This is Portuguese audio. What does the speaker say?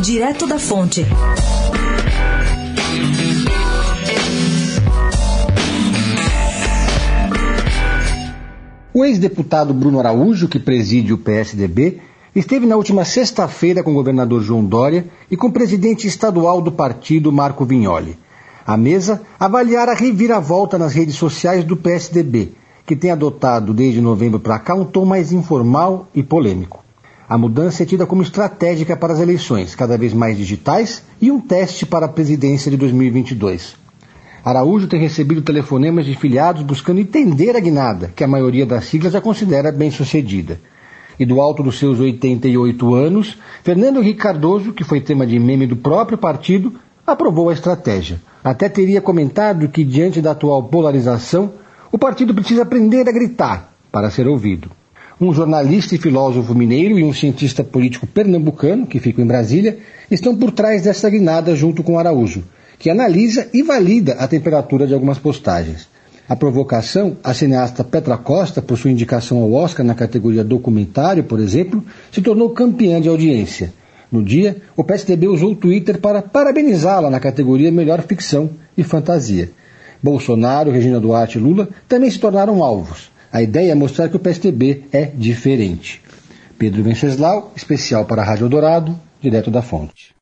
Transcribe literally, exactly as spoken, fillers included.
Direto da Fonte. O ex-deputado Bruno Araújo, que preside o P S D B, esteve na última sexta-feira com o governador João Dória e com o presidente estadual do partido, Marco Vignoli. A mesa avaliara a reviravolta nas redes sociais do P S D B, que tem adotado desde novembro para cá um tom mais informal e polêmico. A mudança é tida como estratégica para as eleições, cada vez mais digitais, e um teste para a presidência de dois mil e vinte e dois. Araújo tem recebido telefonemas de filiados buscando entender a guinada, que a maioria das siglas já considera bem-sucedida. E do alto dos seus oitenta e oito anos, Fernando Henrique Cardoso, que foi tema de meme do próprio partido, aprovou a estratégia. Até teria comentado que, diante da atual polarização, o partido precisa aprender a gritar para ser ouvido. Um jornalista e filósofo mineiro e um cientista político pernambucano, que ficam em Brasília, estão por trás dessa guinada junto com Araújo, que analisa e valida a temperatura de algumas postagens. A provocação, a cineasta Petra Costa, por sua indicação ao Oscar na categoria documentário, por exemplo, se tornou campeã de audiência. No dia, o P S D B usou o Twitter para parabenizá-la na categoria Melhor Ficção e Fantasia. Bolsonaro, Regina Duarte e Lula também se tornaram alvos. A ideia é mostrar que o P S D B é diferente. Pedro Venceslau, especial para a Rádio Eldorado, direto da Fonte.